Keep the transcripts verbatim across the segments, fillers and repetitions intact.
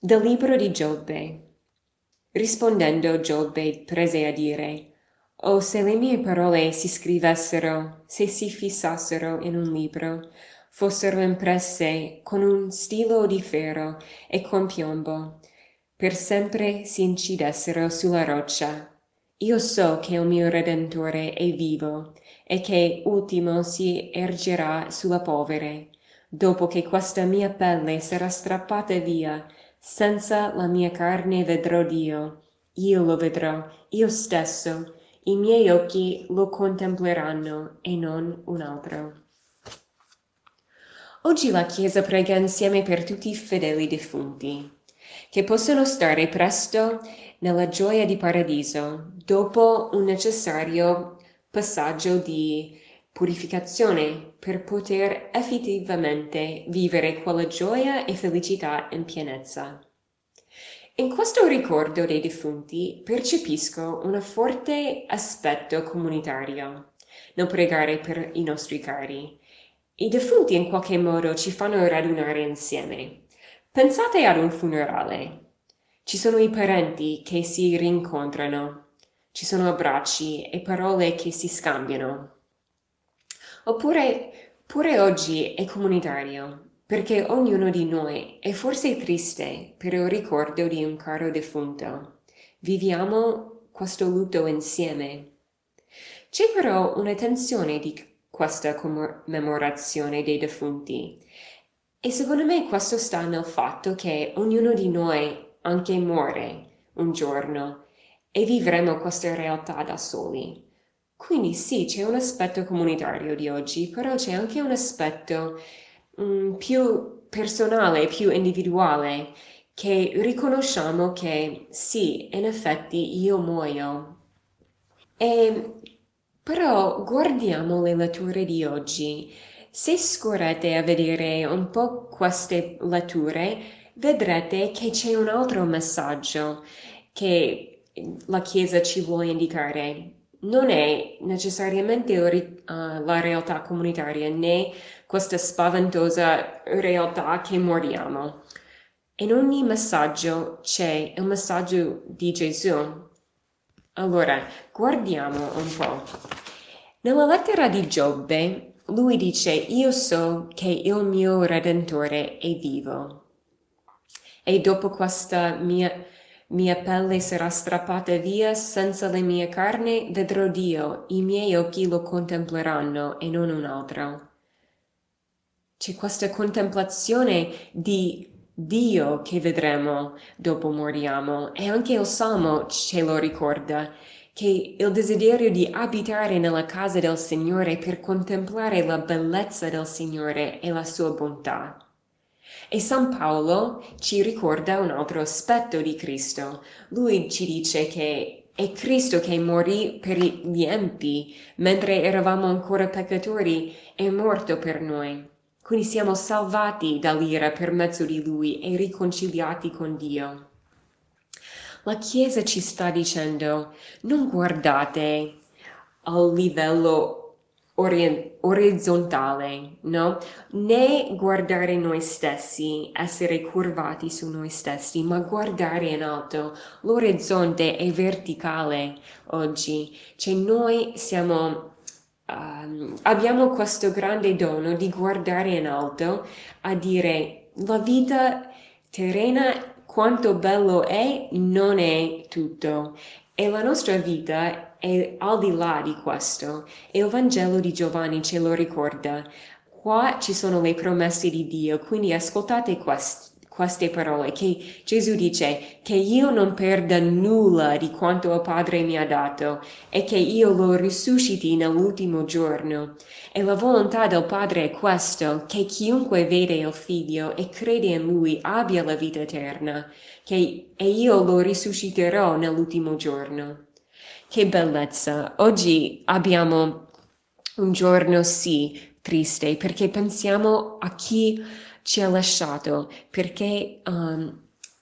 Dal libro di Giobbe. Rispondendo, Giobbe prese a dire: Oh, se le mie parole si scrivessero, se si fissassero in un libro, fossero impresse con un stilo di ferro e con piombo, per sempre si incidessero sulla roccia. Io so che il mio Redentore è vivo e che ultimo si ergerà sulla polvere, dopo che questa mia pelle sarà strappata via. Senza la mia carne vedrò Dio, io lo vedrò, io stesso, i miei occhi lo contempleranno e non un altro. Oggi la Chiesa prega insieme per tutti i fedeli defunti, che possano stare presto nella gioia di paradiso, dopo un necessario passaggio di purificazione per poter effettivamente vivere quella gioia e felicità in pienezza. In questo ricordo dei defunti percepisco un forte aspetto comunitario nel pregare per i nostri cari. I defunti in qualche modo ci fanno radunare insieme. Pensate ad un funerale. Ci sono i parenti che si rincontrano, ci sono abbracci e parole che si scambiano. Oppure pure oggi è comunitario, perché ognuno di noi è forse triste per il ricordo di un caro defunto. Viviamo questo lutto insieme. C'è però una tensione di questa commemorazione dei defunti e secondo me questo sta nel fatto che ognuno di noi anche muore un giorno e vivremo questa realtà da soli. Quindi sì, c'è un aspetto comunitario di oggi, però c'è anche un aspetto mm, più personale, più individuale, che riconosciamo che sì, in effetti io muoio. E, però guardiamo le letture di oggi. Se scorrete a vedere un po' queste letture, vedrete che c'è un altro messaggio che la Chiesa ci vuole indicare. Non è necessariamente il ri- uh, la realtà comunitaria né questa spaventosa realtà che moriamo. In ogni messaggio c'è il messaggio di Gesù. Allora, guardiamo un po'. Nella lettera di Giobbe, lui dice: Io so che il mio Redentore è vivo e dopo questa mia, mia pelle sarà strappata via, senza la mia carne vedrò Dio, i miei occhi lo contempleranno e non un altro. C'è questa contemplazione di Dio che vedremo dopo moriamo e anche il Salmo ce lo ricorda, che il desiderio di abitare nella casa del Signore per contemplare la bellezza del Signore e la sua bontà. E San Paolo ci ricorda un altro aspetto di Cristo. Lui ci dice che è Cristo che morì per gli empi, mentre eravamo ancora peccatori, è morto per noi. Quindi siamo salvati dall'ira per mezzo di Lui e riconciliati con Dio. La Chiesa ci sta dicendo: non guardate al livello orien- orizzontale, no? Né guardare noi stessi, essere curvati su noi stessi, ma guardare in alto. L'orizzonte è verticale oggi, cioè noi siamo, ehm, abbiamo questo grande dono di guardare in alto, a dire la vita terrena quanto bello è, non è tutto. E la nostra vita è al di là di questo. E il Vangelo di Giovanni ce lo ricorda. Qua ci sono le promesse di Dio, quindi ascoltate quest- queste parole che Gesù dice che io non perda nulla di quanto il Padre mi ha dato e che io lo risusciti nell'ultimo giorno. E la volontà del Padre è questo, che chiunque vede il Figlio e crede in Lui abbia la vita eterna, che, e io lo risusciterò nell'ultimo giorno. Che bellezza! Oggi abbiamo un giorno sì triste perché pensiamo a chi ci ha lasciato, perché um,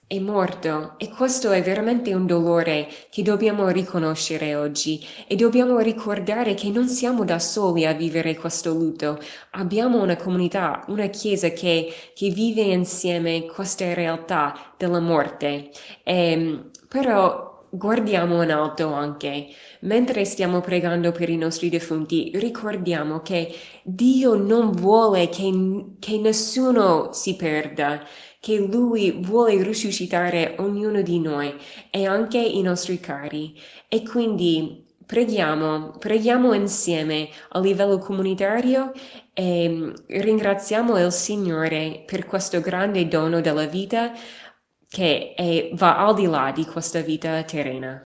è morto e questo è veramente un dolore che dobbiamo riconoscere oggi e dobbiamo ricordare che non siamo da soli a vivere questo lutto. Abbiamo una comunità, una chiesa che, che vive insieme questa realtà della morte. Ehm, però guardiamo in alto anche. Mentre stiamo pregando per i nostri defunti, ricordiamo che Dio non vuole che, che nessuno si perda, che Lui vuole risuscitare ognuno di noi e anche i nostri cari. E quindi preghiamo, preghiamo insieme a livello comunitario e mm, ringraziamo il Signore per questo grande dono della vita che è- va al di là di questa vita terrena.